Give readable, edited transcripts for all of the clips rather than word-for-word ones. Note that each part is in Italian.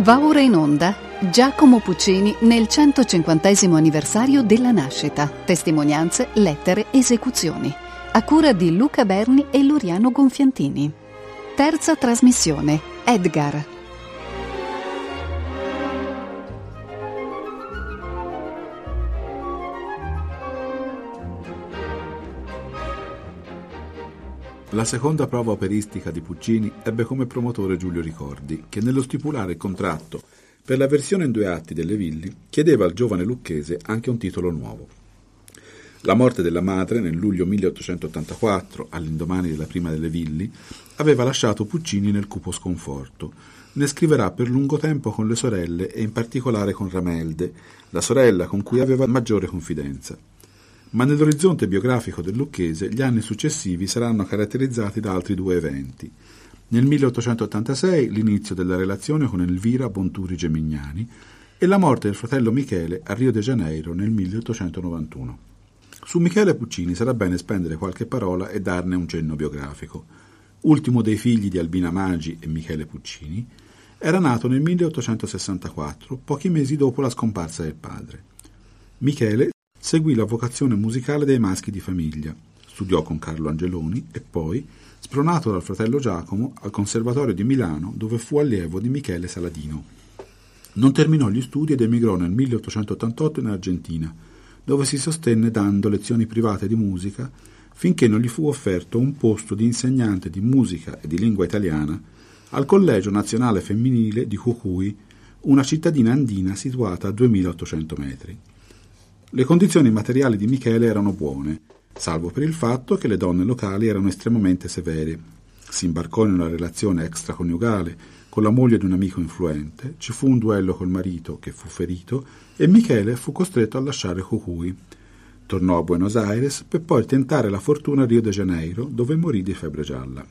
Va ora in onda Giacomo Puccini nel 150° anniversario della nascita. Testimonianze, lettere, esecuzioni. A cura di Luca Berni e Loriano Gonfiantini. Terza trasmissione. Edgar. La seconda prova operistica di Puccini ebbe come promotore Giulio Ricordi, che nello stipulare il contratto per la versione in 2 atti delle Villi chiedeva al giovane lucchese anche un titolo nuovo. La morte della madre nel luglio 1884, all'indomani della prima delle Villi, aveva lasciato Puccini nel cupo sconforto. Ne scriverà per lungo tempo con le sorelle e in particolare con Ramelde, la sorella con cui aveva maggiore confidenza. Ma nell'orizzonte biografico del lucchese gli anni successivi saranno caratterizzati da altri 2 eventi. Nel 1886 l'inizio della relazione con Elvira Bonturi Gemignani e la morte del fratello Michele a Rio de Janeiro nel 1891. Su Michele Puccini sarà bene spendere qualche parola e darne un cenno biografico. Ultimo dei figli di Albina Magi e Michele Puccini, era nato nel 1864, pochi mesi dopo la scomparsa del padre. Michele seguì la vocazione musicale dei maschi di famiglia, studiò con Carlo Angeloni e poi, spronato dal fratello Giacomo, al Conservatorio di Milano, dove fu allievo di Michele Saladino. Non terminò gli studi ed emigrò nel 1888 in Argentina, dove si sostenne dando lezioni private di musica finché non gli fu offerto un posto di insegnante di musica e di lingua italiana al Collegio Nazionale Femminile di Jujuy, una cittadina andina situata a 2800 metri. Le condizioni materiali di Michele erano buone, salvo per il fatto che le donne locali erano estremamente severe. Si imbarcò in una relazione extraconiugale con la moglie di un amico influente, ci fu un duello col marito che fu ferito e Michele fu costretto a lasciare Jujuy. Tornò a Buenos Aires per poi tentare la fortuna a Rio de Janeiro, dove morì di febbre gialla.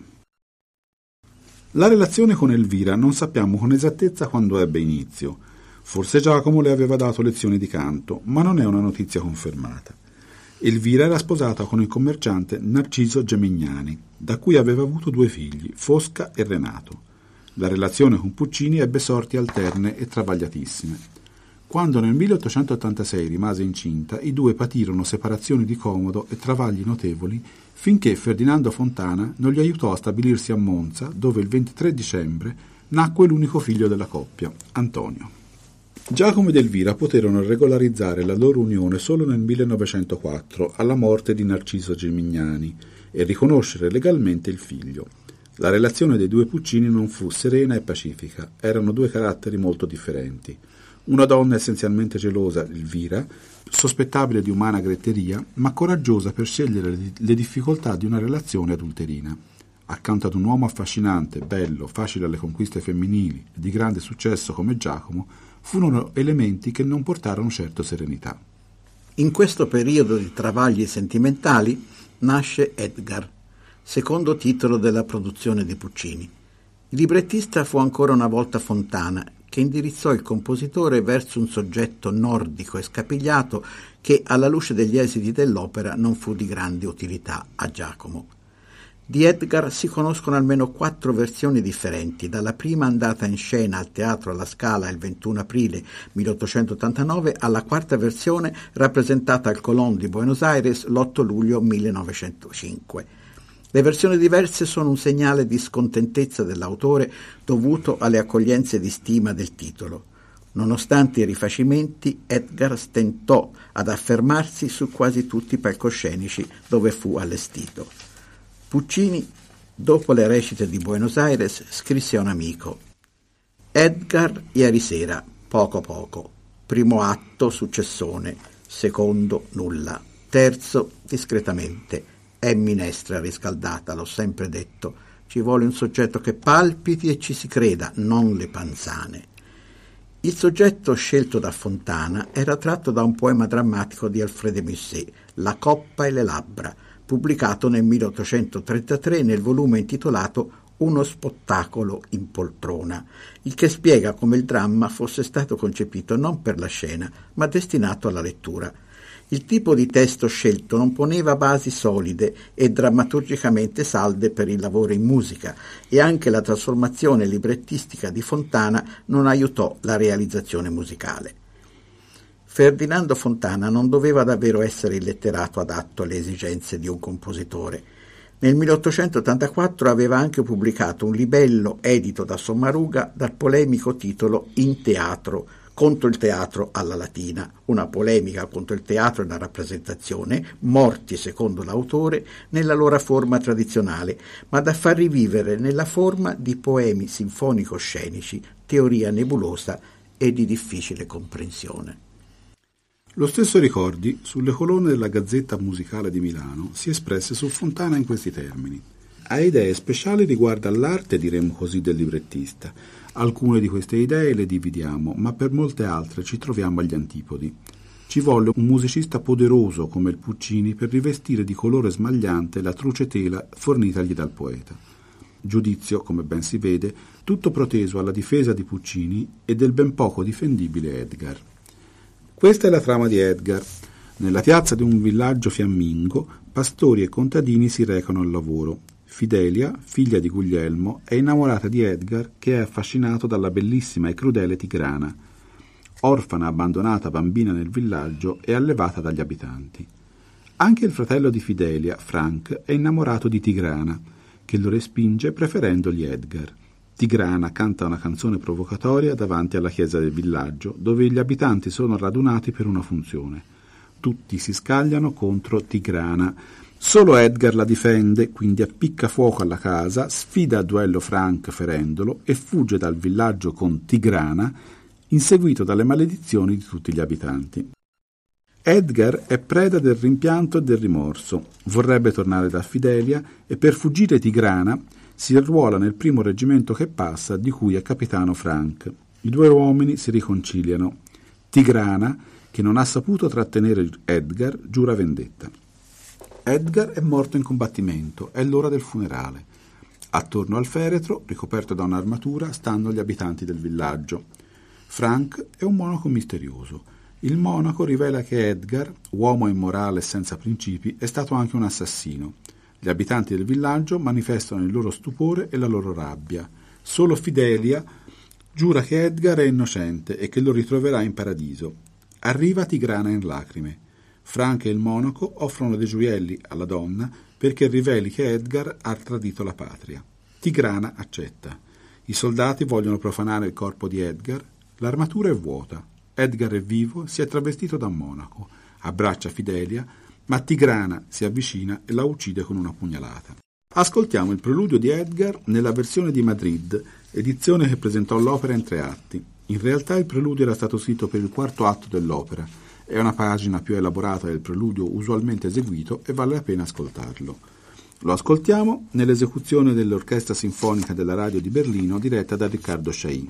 La relazione con Elvira non sappiamo con esattezza quando ebbe inizio. Forse Giacomo le aveva dato lezioni di canto, ma non è una notizia confermata. Elvira era sposata con il commerciante Narciso Gemignani, da cui aveva avuto 2 figli, Fosca e Renato. La relazione con Puccini ebbe sorti alterne e travagliatissime. Quando nel 1886 rimase incinta, i 2 patirono separazioni di comodo e travagli notevoli finché Ferdinando Fontana non li aiutò a stabilirsi a Monza, dove il 23 dicembre nacque l'unico figlio della coppia, Antonio. Giacomo ed Elvira poterono regolarizzare la loro unione solo nel 1904, alla morte di Narciso Gemignani, e riconoscere legalmente il figlio. La relazione dei 2 Puccini non fu serena e pacifica, erano 2 caratteri molto differenti. Una donna essenzialmente gelosa, Elvira, sospettabile di umana gretteria, ma coraggiosa per scegliere le difficoltà di una relazione adulterina. Accanto ad un uomo affascinante, bello, facile alle conquiste femminili e di grande successo come Giacomo, furono elementi che non portarono certo serenità. In questo periodo di travagli sentimentali nasce Edgar, secondo titolo della produzione di Puccini. Il librettista fu ancora una volta Fontana, che indirizzò il compositore verso un soggetto nordico e scapigliato che, alla luce degli esiti dell'opera, non fu di grande utilità a Giacomo. Di Edgar si conoscono almeno 4 versioni differenti, dalla prima andata in scena al Teatro alla Scala il 21 aprile 1889 alla 4ª versione rappresentata al Colón di Buenos Aires l'8 luglio 1905. Le versioni diverse sono un segnale di scontentezza dell'autore dovuto alle accoglienze di stima del titolo. Nonostante i rifacimenti, Edgar stentò ad affermarsi su quasi tutti i palcoscenici dove fu allestito. Puccini, dopo le recite di Buenos Aires, scrisse a un amico: Edgar ieri sera, poco poco. Primo atto, successone. Secondo, nulla. Terzo, discretamente. È minestra riscaldata, l'ho sempre detto. Ci vuole un soggetto che palpiti e ci si creda, non le panzane. Il soggetto scelto da Fontana era tratto da un poema drammatico di Alfred de Musset, La coppa e le labbra, pubblicato nel 1833 nel volume intitolato Uno spettacolo in poltrona, il che spiega come il dramma fosse stato concepito non per la scena, ma destinato alla lettura. Il tipo di testo scelto non poneva basi solide e drammaturgicamente salde per il lavoro in musica, e anche la trasformazione librettistica di Fontana non aiutò la realizzazione musicale. Ferdinando Fontana non doveva davvero essere il letterato adatto alle esigenze di un compositore. Nel 1884 aveva anche pubblicato un libello edito da Sommaruga dal polemico titolo In teatro, contro il teatro alla latina, una polemica contro il teatro e la rappresentazione, morti secondo l'autore nella loro forma tradizionale, ma da far rivivere nella forma di poemi sinfonico-scenici, teoria nebulosa e di difficile comprensione. Lo stesso Ricordi, sulle colonne della Gazzetta Musicale di Milano, si espresse su Fontana in questi termini. Ha idee speciali riguardo all'arte, diremmo così, del librettista. Alcune di queste idee le dividiamo, ma per molte altre ci troviamo agli antipodi. Ci volle un musicista poderoso come il Puccini per rivestire di colore smagliante la truce tela fornitagli dal poeta. Giudizio, come ben si vede, tutto proteso alla difesa di Puccini e del ben poco difendibile Edgar. Questa è la trama di Edgar. Nella piazza di un villaggio fiammingo, pastori e contadini si recano al lavoro. Fidelia, figlia di Guglielmo, è innamorata di Edgar, che è affascinato dalla bellissima e crudele Tigrana. Orfana, abbandonata bambina nel villaggio e allevata dagli abitanti. Anche il fratello di Fidelia, Frank, è innamorato di Tigrana, che lo respinge preferendogli Edgar. Tigrana canta una canzone provocatoria davanti alla chiesa del villaggio, dove gli abitanti sono radunati per una funzione. Tutti si scagliano contro Tigrana. Solo Edgar la difende, quindi appicca fuoco alla casa, sfida a duello Frank ferendolo e fugge dal villaggio con Tigrana, inseguito dalle maledizioni di tutti gli abitanti. Edgar è preda del rimpianto e del rimorso. Vorrebbe tornare da Fidelia e per fuggire Tigrana si arruola nel primo reggimento che passa, di cui è capitano Frank. I due uomini si riconciliano. Tigrana, che non ha saputo trattenere Edgar, giura vendetta. Edgar è morto in combattimento, è l'ora del funerale. Attorno al feretro, ricoperto da un'armatura, stanno gli abitanti del villaggio. Frank è un monaco misterioso. Il monaco rivela che Edgar, uomo immorale e senza principi, è stato anche un assassino. Gli abitanti del villaggio manifestano il loro stupore e la loro rabbia. Solo Fidelia giura che Edgar è innocente e che lo ritroverà in paradiso. Arriva Tigrana in lacrime. Frank e il monaco offrono dei gioielli alla donna perché riveli che Edgar ha tradito la patria. Tigrana accetta. I soldati vogliono profanare il corpo di Edgar. L'armatura è vuota. Edgar è vivo, si è travestito da monaco. Abbraccia Fidelia, ma Tigrana si avvicina e la uccide con una pugnalata. Ascoltiamo il preludio di Edgar nella versione di Madrid, edizione che presentò l'opera in 3 atti. In realtà il preludio era stato scritto per il 4º atto dell'opera. È una pagina più elaborata del preludio usualmente eseguito e vale la pena ascoltarlo. Lo ascoltiamo nell'esecuzione dell'Orchestra Sinfonica della Radio di Berlino diretta da Riccardo Chailly.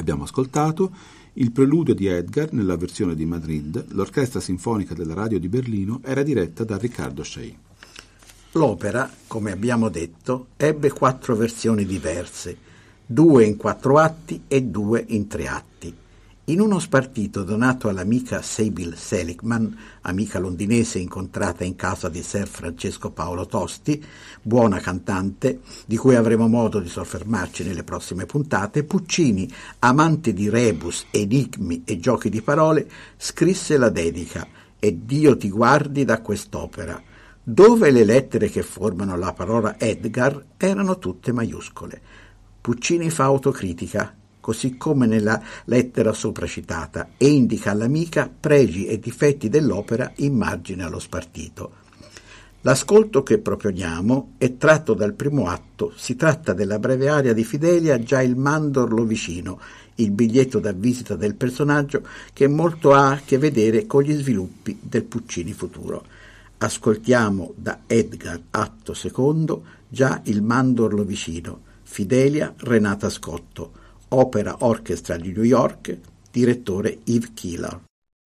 Abbiamo ascoltato il preludio di Edgar nella versione di Madrid. L'orchestra sinfonica della radio di Berlino era diretta da Riccardo Chailly. L'opera, come abbiamo detto, ebbe 4 versioni diverse, 2 in 4 atti e 2 in 3 atti. In uno spartito donato all'amica Sybil Seligman, amica londinese incontrata in casa di Ser Francesco Paolo Tosti, buona cantante, di cui avremo modo di soffermarci nelle prossime puntate, Puccini, amante di rebus, enigmi e giochi di parole, scrisse la dedica «E Dio ti guardi da quest'opera», dove le lettere che formano la parola Edgar erano tutte maiuscole. Puccini fa autocritica, così come nella lettera sopracitata, e indica all'amica pregi e difetti dell'opera in margine allo spartito. L'ascolto che proponiamo è tratto dal primo atto, si tratta della breve aria di Fidelia, Già il mandorlo vicino, il biglietto da visita del personaggio che molto ha a che vedere con gli sviluppi del Puccini futuro. Ascoltiamo da Edgar, atto secondo, Già il mandorlo vicino, Fidelia, Renata Scotto, Opera Orchestra di New York, direttore Yves Keeler.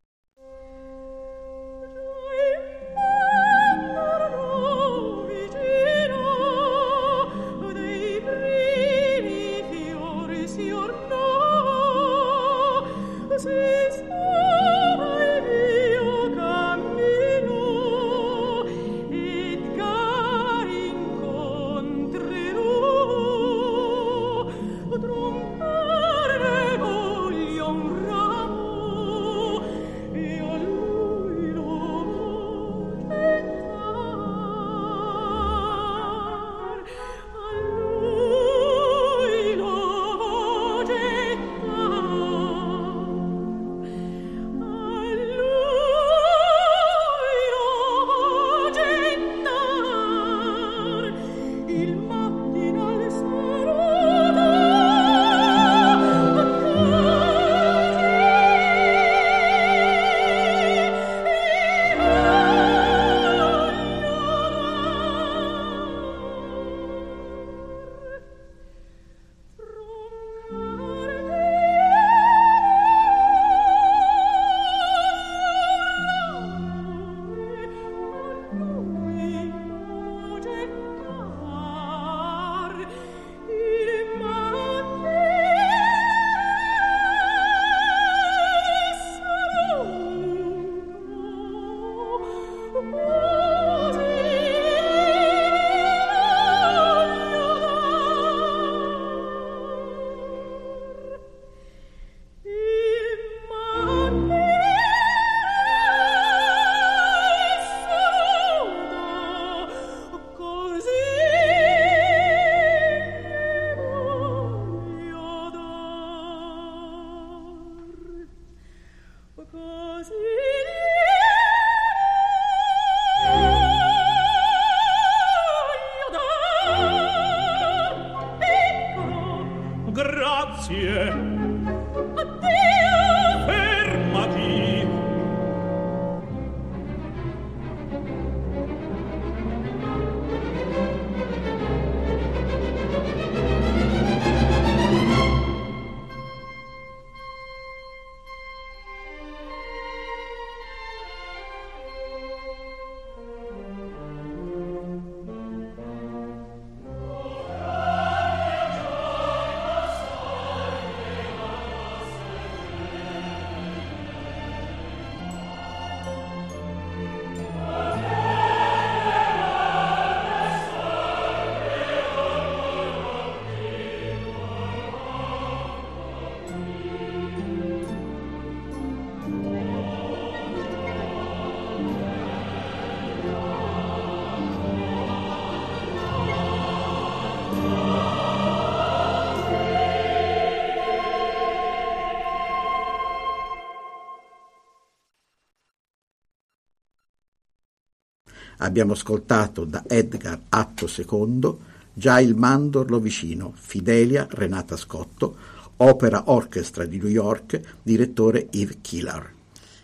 Abbiamo ascoltato da Edgar, atto secondo, Già il mandorlo vicino, Fidelia, Renata Scotto, Opera Orchestra di New York, direttore Yves Keeler.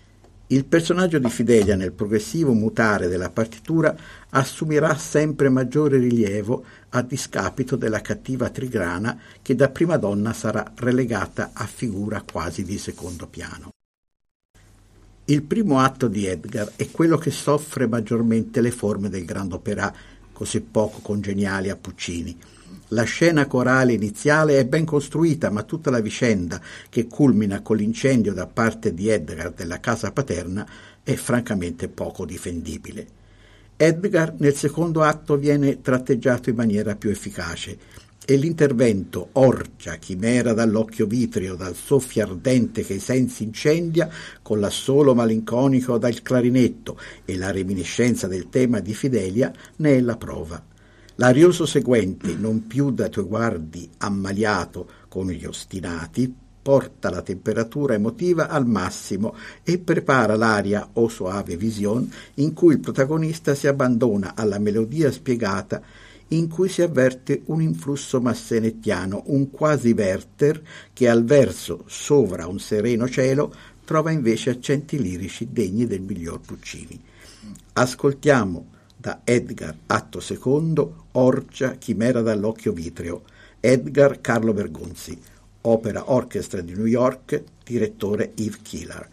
Il personaggio di Fidelia nel progressivo mutare della partitura assumerà sempre maggiore rilievo a discapito della cattiva Trigrana, che da prima donna sarà relegata a figura quasi di secondo piano. Il primo atto di Edgar è quello che soffre maggiormente le forme del grand opéra, così poco congeniali a Puccini. La scena corale iniziale è ben costruita, ma tutta la vicenda, che culmina con l'incendio da parte di Edgar della casa paterna, è francamente poco difendibile. Edgar nel secondo atto viene tratteggiato in maniera più efficace e l'intervento orgia, chimera dall'occhio vitreo, dal soffio ardente che i sensi incendia, con l'assolo malinconico dal clarinetto e la reminiscenza del tema di Fidelia ne è la prova. L'arioso seguente, non più da tuoi guardi ammaliato con gli ostinati, porta la temperatura emotiva al massimo e prepara l'aria o soave vision in cui il protagonista si abbandona alla melodia spiegata, in cui si avverte un influsso massenettiano, un quasi Werther che al verso sovra un sereno cielo trova invece accenti lirici degni del miglior Puccini. Ascoltiamo da Edgar, atto secondo, Orgia, chimera dall'occhio vitreo, Edgar Carlo Bergonzi, Opera Orchestra di New York, direttore Yves Kilar.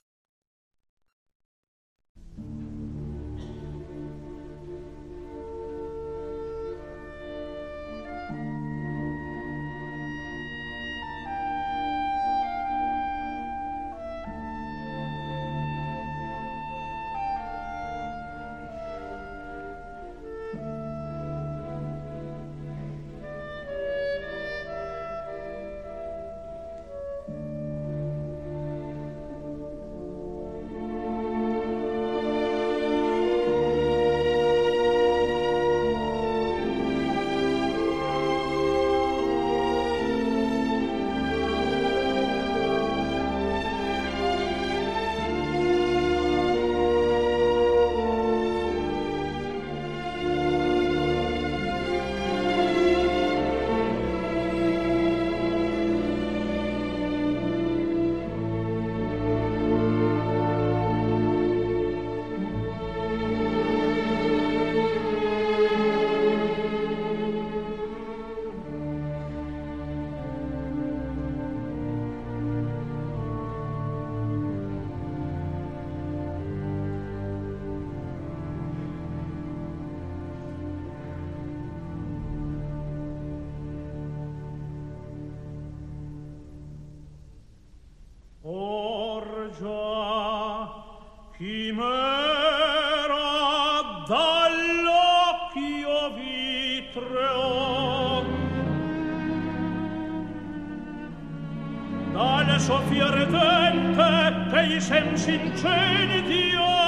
soffia redente che i sensi incendia.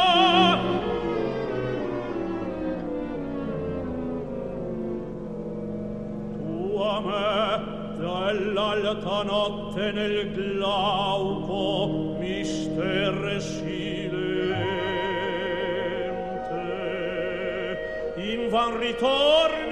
Tu a me dall'alta notte nel glauco mister silente invan ritorni.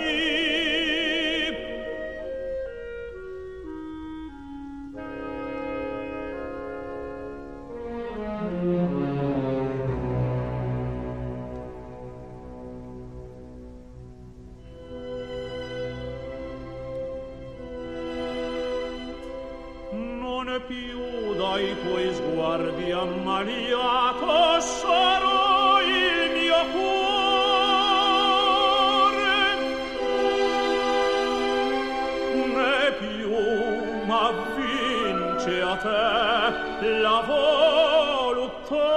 Più dai tuoi sguardi ammaliato sarò il mio cuore, né più m'avvince a te la voluttà,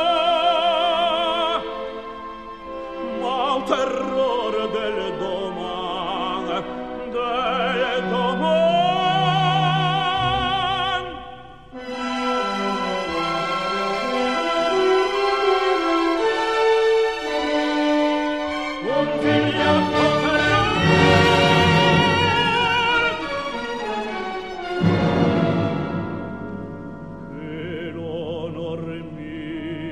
ma un terrore del domani, del domani. Che l'onor mio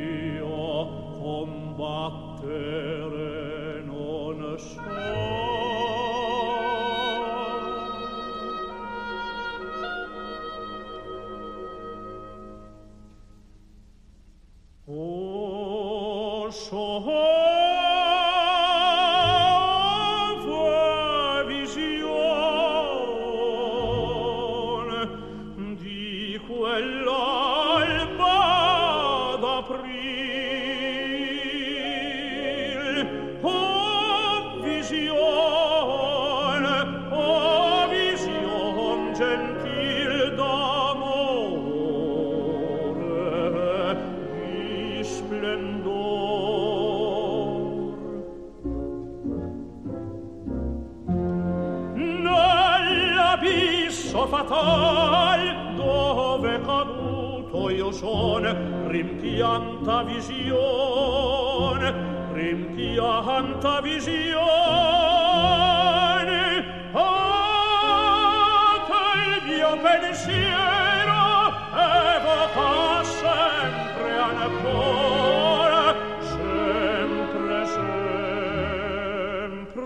Fatal dove caduto io son, rimpianta visione, rimpianta visione. Che il mio pensiero evoca sempre ancora, sempre, sempre.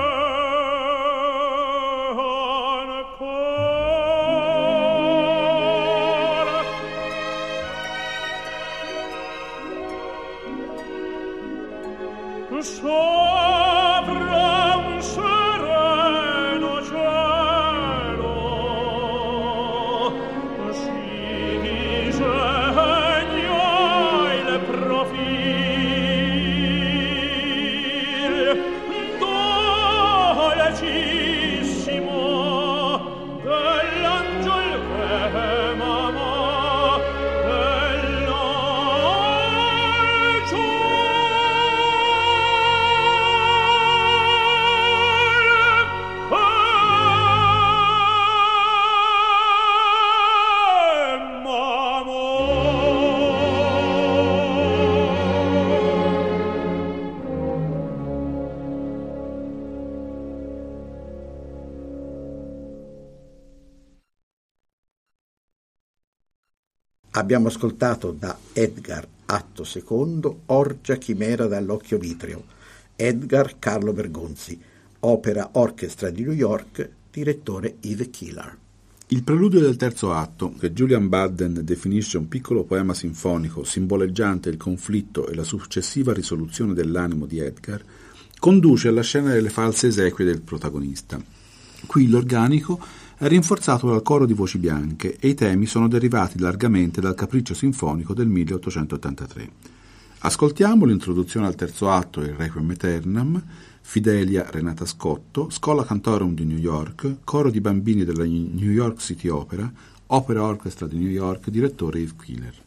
Sopra un sereno cielo si disegna il profil dolcissimo dell'angel che m'ama. Abbiamo ascoltato da Edgar, atto secondo, Orgia chimera dall'occhio vitreo, Edgar Carlo Bergonzi, opera Orchestra di New York, direttore Yves Kilar. Il preludio del terzo atto, che Julian Budden definisce un piccolo poema sinfonico simboleggiante il conflitto e la successiva risoluzione dell'animo di Edgar, conduce alla scena delle false esequie del protagonista. Qui l'organico è rinforzato dal coro di voci bianche e i temi sono derivati largamente dal Capriccio sinfonico del 1883. Ascoltiamo l'introduzione al terzo atto e il Requiem Aeternam, Fidelia Renata Scotto, Schola Cantorum di New York, coro di bambini della New York City Opera, Opera Orchestra di New York, direttore Yves Kilar.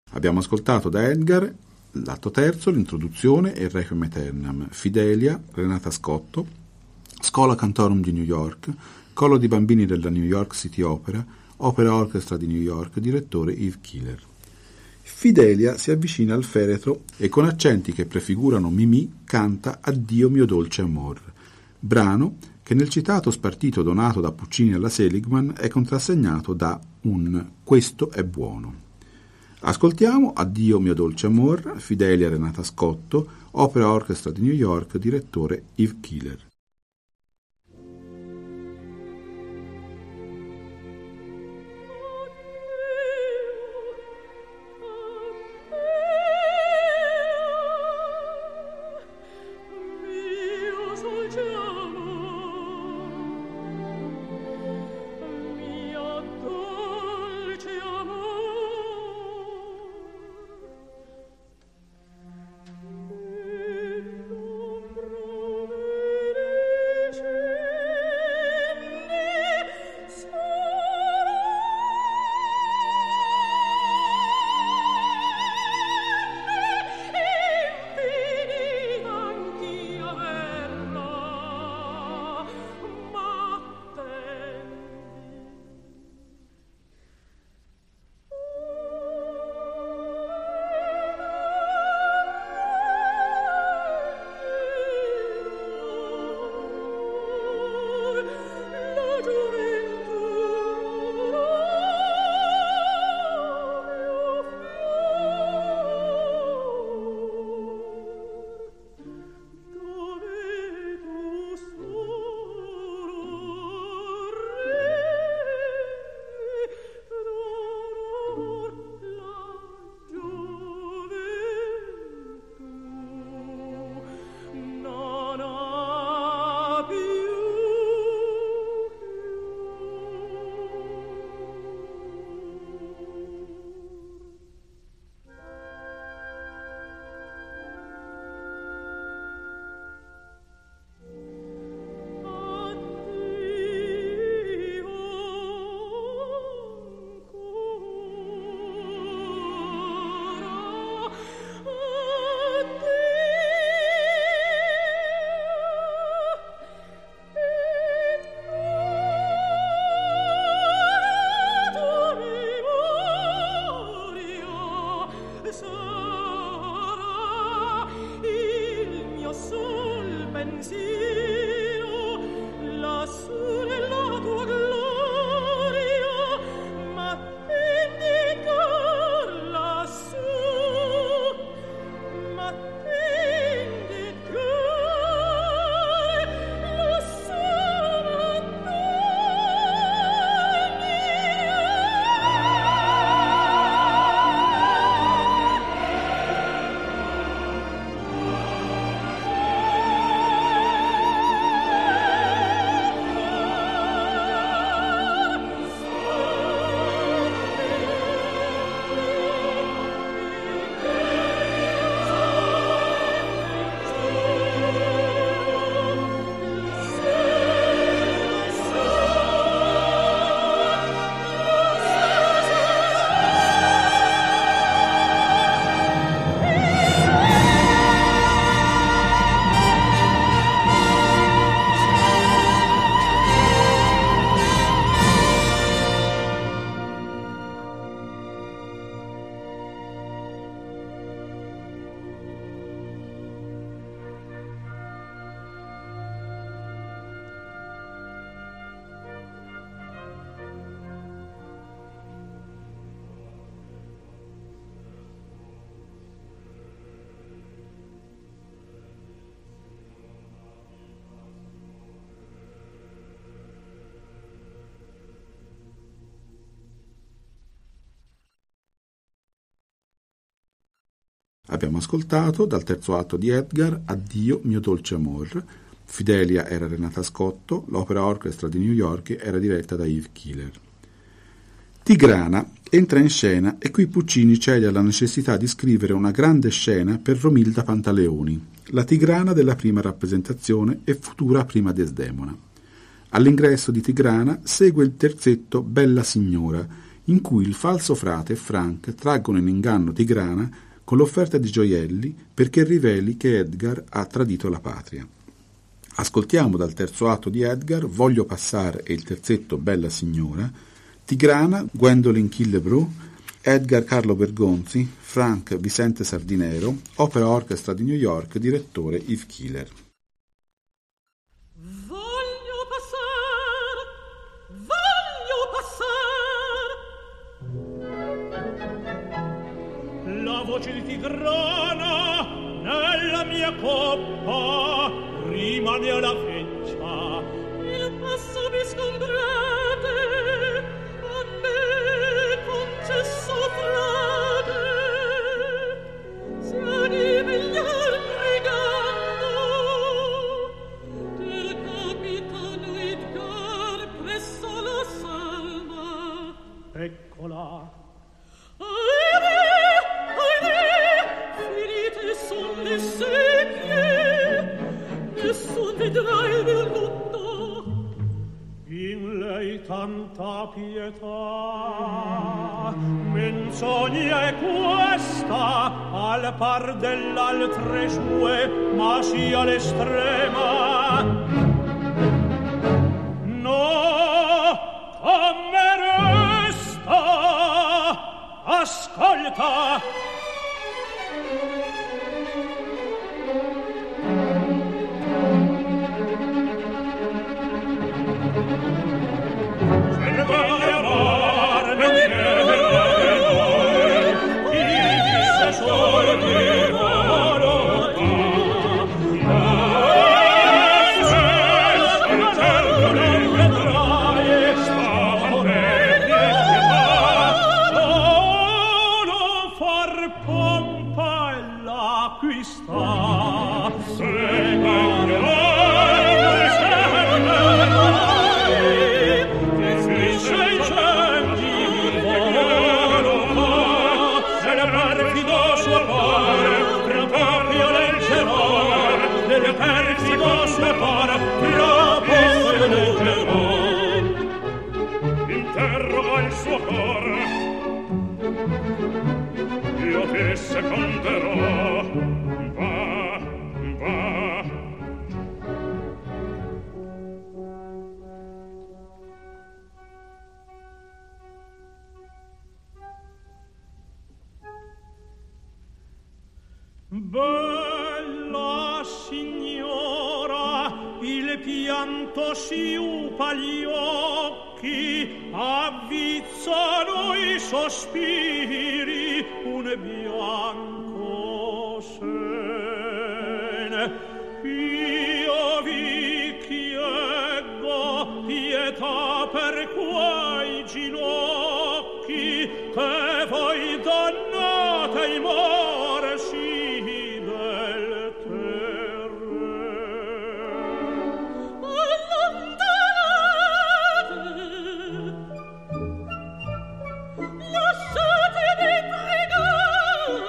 Abbiamo ascoltato da Edgar l'atto terzo, l'introduzione e il Requiem Aeternam, Fidelia, Renata Scotto, Schola Cantorum di New York, coro di bambini della New York City Opera, Opera Orchestra di New York, direttore Yves Keeler. Fidelia si avvicina al feretro e con accenti che prefigurano Mimì canta Addio mio dolce amor, brano che nel citato spartito donato da Puccini alla Seligman è contrassegnato da un Questo è buono. Ascoltiamo Addio mio dolce amor, Fidelia Renata Scotto, Opera Orchestra di New York, direttore Yves Keeler. Abbiamo ascoltato dal terzo atto di Edgar Addio mio dolce amor. Fidelia era Renata Scotto, l'Opera Orchestra di New York era diretta da Yves Keeler. Tigrana entra in scena e qui Puccini cede alla necessità di scrivere una grande scena per Romilda Pantaleoni, la Tigrana della prima rappresentazione e futura prima Desdemona. All'ingresso di Tigrana segue il terzetto Bella Signora, in cui il falso frate e Frank traggono in inganno Tigrana con l'offerta di gioielli perché riveli che Edgar ha tradito la patria. Ascoltiamo dal terzo atto di Edgar Voglio passare e il terzetto Bella signora, Tigrana Gwendolyn Killebrew, Edgar Carlo Bergonzi, Frank Vicente Sardinero, Opera Orchestra di New York, direttore Yves Keeler. Voglio passare, la voce di Tigrana nella mia coppa rimane alla feccia. Il passo mi scombrate, a me concesso frate, si anime gli brigando del capitano Edgar presso la salma. Eccola. Finite son le sequie, nessun vedrà il mio lutto. In lei tanta pietà, menzogna è questa, al par dell'altre sue, ma sia l'estrema. No, come resta, ascolta. Interroga il suo cuore, io ti seconderò. Va, va. Bella signora, il pianto si upa gli occhi, avvizzano i sospiri, un bianco sene. Io vi chieggo pietà per quei ginocchi che voi dannate i morsi del terreno. Allontanate, lasciatemi pregare.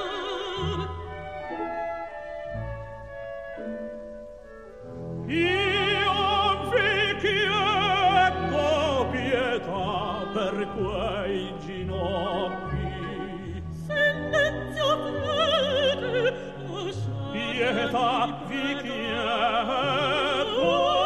Io vi chiedo pietà per quei ginocchi. Silenzio prete, pietà vi chiedo.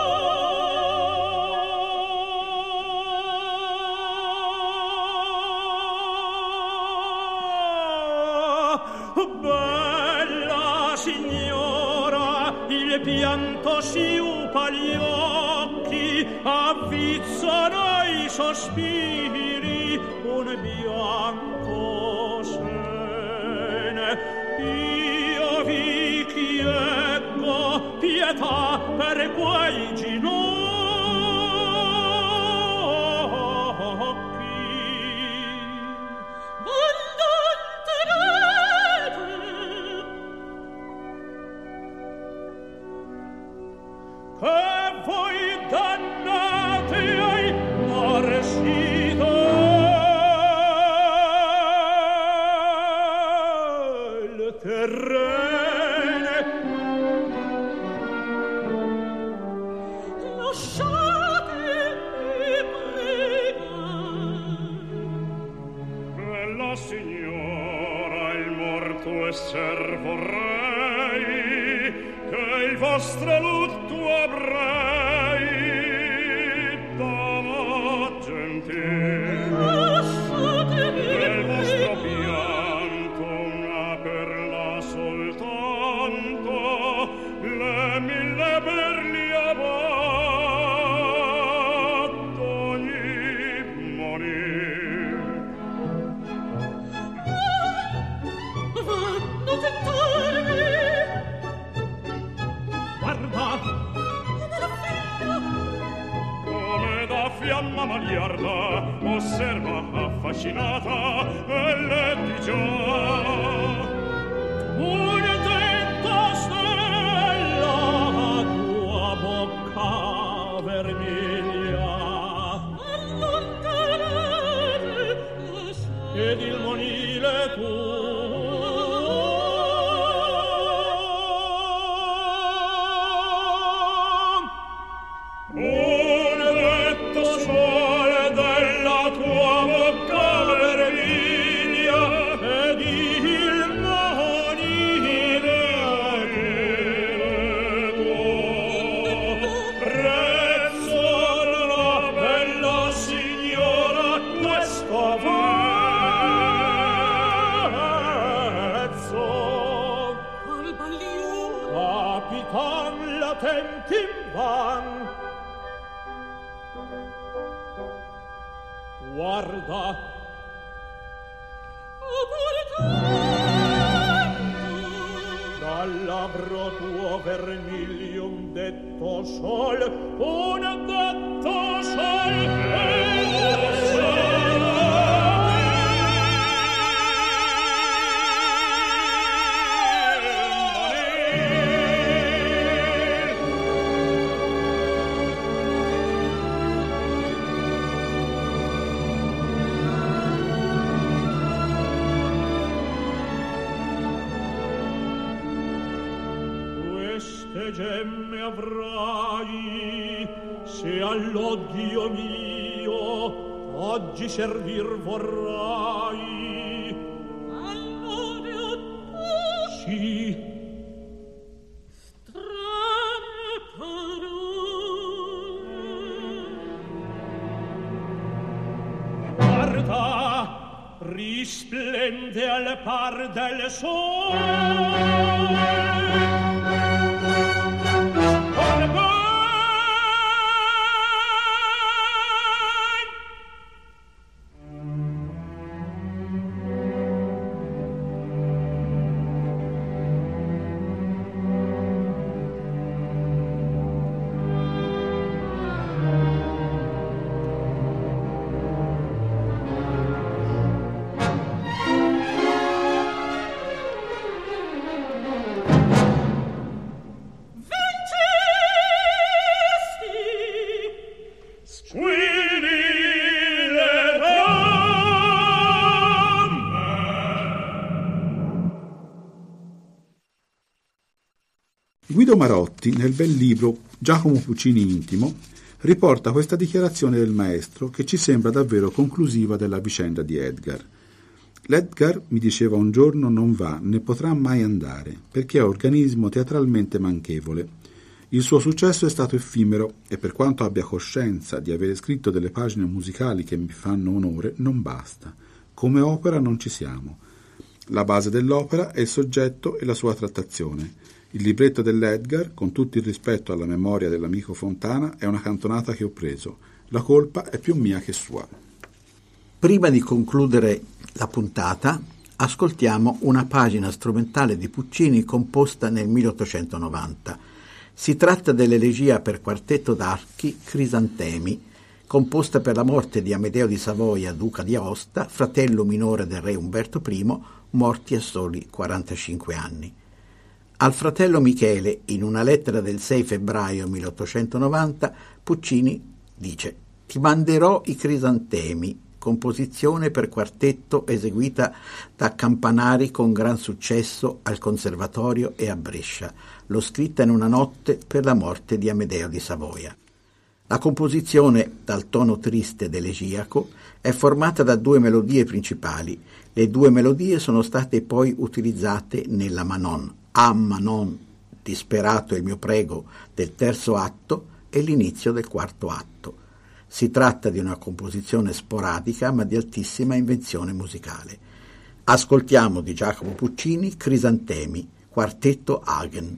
Bella signora, il pianto si upa gli occhi, avvizzano i sospiri, un bianco sene. Io vi chiedo pietà per quei ginocchi. Che voi dannate ai morsi del terreno. Lasciatemi pregare. signora, il morto esser vorrei, che il vostro lutto avrei, dama gentil. Del vostro pianto una perla soltanto, le 1000 perli abat ogni morir. Non tentarmi! Guarda! Come da fiamma maliarda, osserva affascinata, e le di già. Un detta stella, tua bocca vermiglia. Allontanate, Ed il monile tuo. Un detto sole della tua bocca vermiglia, ed il monile tuo. Prezzo alla bella signora questo vezzo. al bagliore. Capitan latenti van. Guarda, dal labbro tuo vermiglio un detto sol, un detto sol, queste gemme avrai, se all'odio mio oggi servir vorrai. All'odio tuo. Sì, Strane parole. guarda, risplende al par del sole. Guido Marotti, nel bel libro Giacomo Puccini intimo, riporta questa dichiarazione del maestro che ci sembra davvero conclusiva della vicenda di Edgar. L'Edgar, mi diceva un giorno, non va né potrà mai andare, perché è organismo teatralmente manchevole. Il suo successo è stato effimero e per quanto abbia coscienza di avere scritto delle pagine musicali che mi fanno onore, non basta. Come opera non ci siamo. La base dell'opera è il soggetto e la sua trattazione. Il libretto dell'Edgar, con tutto il rispetto alla memoria dell'amico Fontana, è una cantonata che ho preso. La colpa è più mia che sua. Prima di concludere la puntata, ascoltiamo una pagina strumentale di Puccini composta nel 1890. Si tratta dell'elegia per quartetto d'archi Crisantemi, composta per la morte di Amedeo di Savoia, duca di Aosta, fratello minore del re Umberto I, morti a soli 45 anni. Al fratello Michele, in una lettera del 6 febbraio 1890, Puccini dice: «Ti manderò i Crisantemi, composizione per quartetto eseguita da Campanari con gran successo al Conservatorio e a Brescia. L'ho scritta in una notte per la morte di Amedeo di Savoia». La composizione, dal tono triste dell'elegiaco, è formata da 2 melodie principali. Le 2 melodie sono state poi utilizzate nella Manon. Ah Manon, disperato è il mio prego, del terzo atto e l'inizio del quarto atto. Si tratta di una composizione sporadica ma di altissima invenzione musicale. Ascoltiamo di Giacomo Puccini Crisantemi, quartetto Hagen.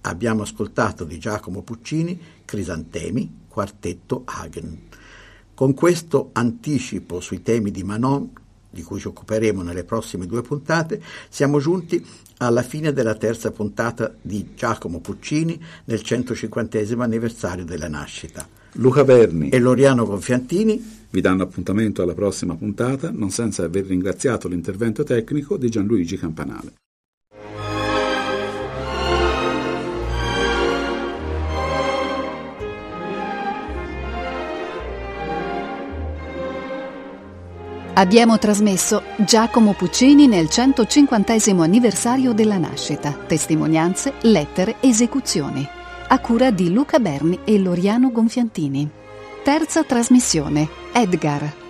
Abbiamo ascoltato di Giacomo Puccini Crisantemi, quartetto Hagen. Con questo anticipo sui temi di Manon, di cui ci occuperemo nelle prossime 2 puntate, siamo giunti alla fine della terza puntata di Giacomo Puccini nel 150° anniversario della nascita. Luca Berni e Loriano Gonfiantini vi danno appuntamento alla prossima puntata, non senza aver ringraziato l'intervento tecnico di Gianluigi Campanale. Abbiamo trasmesso Giacomo Puccini nel 150° anniversario della nascita. Testimonianze, lettere, esecuzioni. A cura di Luca Berni e Loriano Gonfiantini. Terza trasmissione. Edgar.